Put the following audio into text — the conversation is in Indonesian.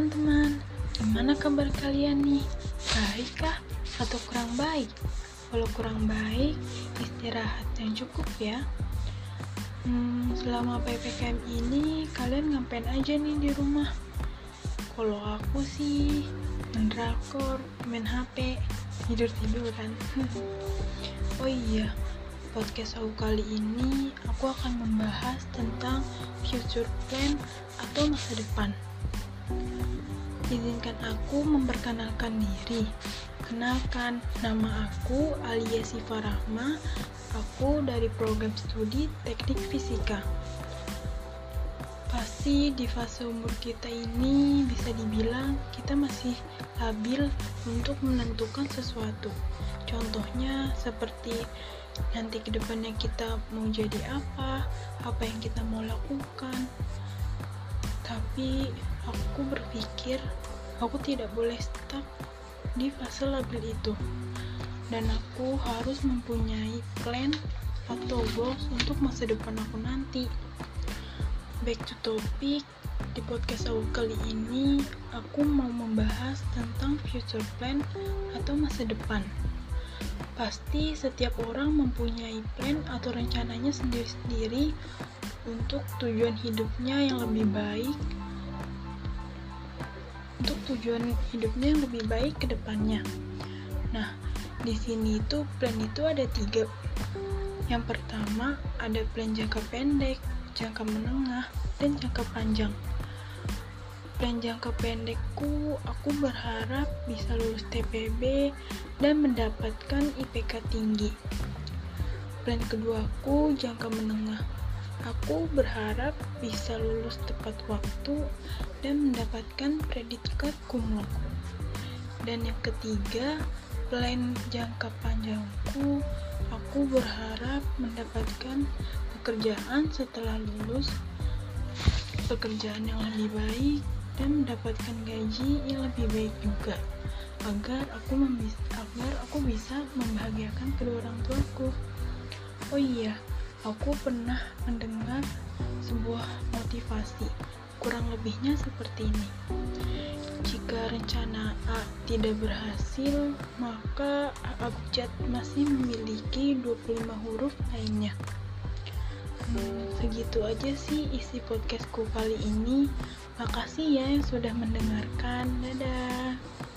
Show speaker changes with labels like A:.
A: teman-teman, gimana kabar kalian nih? Baik kah? Atau kurang baik? Kalau kurang baik, istirahat yang cukup ya. Selama PPKM ini, kalian ngapain aja nih di rumah? Kalau aku sih, mendrakor, main HP, tidur-tiduran. Oh iya, podcast aku kali ini, aku akan membahas tentang future plan atau masa depan. Izinkan aku memperkenalkan diri. Kenalkan, nama aku Alia Siva Rahma. Aku dari program studi Teknik Fisika. Pasti di fase umur kita ini bisa dibilang kita masih labil untuk menentukan sesuatu. Contohnya seperti nanti kedepannya kita mau jadi apa yang kita mau lakukan. Tapi aku berpikir aku tidak boleh stuck di fase labil itu, dan aku harus mempunyai plan atau goals untuk masa depan aku nanti. Back to topic, di podcast aku kali ini aku mau membahas tentang future plan atau masa depan. Pasti setiap orang mempunyai plan atau rencananya sendiri-sendiri untuk tujuan hidupnya yang lebih baik, ke depannya. Nah, di sini itu plan itu ada 3. Yang pertama ada plan jangka pendek, jangka menengah, dan jangka panjang. Plan jangka pendekku, aku berharap bisa lulus TPB dan mendapatkan IPK tinggi. Plan keduaku jangka menengah. Aku berharap bisa lulus tepat waktu dan mendapatkan predikat cum laude. Dan yang ketiga, plan jangka panjangku, aku berharap mendapatkan pekerjaan setelah lulus, pekerjaan yang lebih baik dan mendapatkan gaji yang lebih baik juga, agar aku bisa membahagiakan kedua orang tuaku. Oh iya, aku pernah mendengar sebuah motivasi, kurang lebihnya seperti ini. Jika rencana A tidak berhasil, maka abjad masih memiliki 25 huruf lainnya. Segitu aja sih isi podcastku kali ini. Makasih ya yang sudah mendengarkan. Dadah.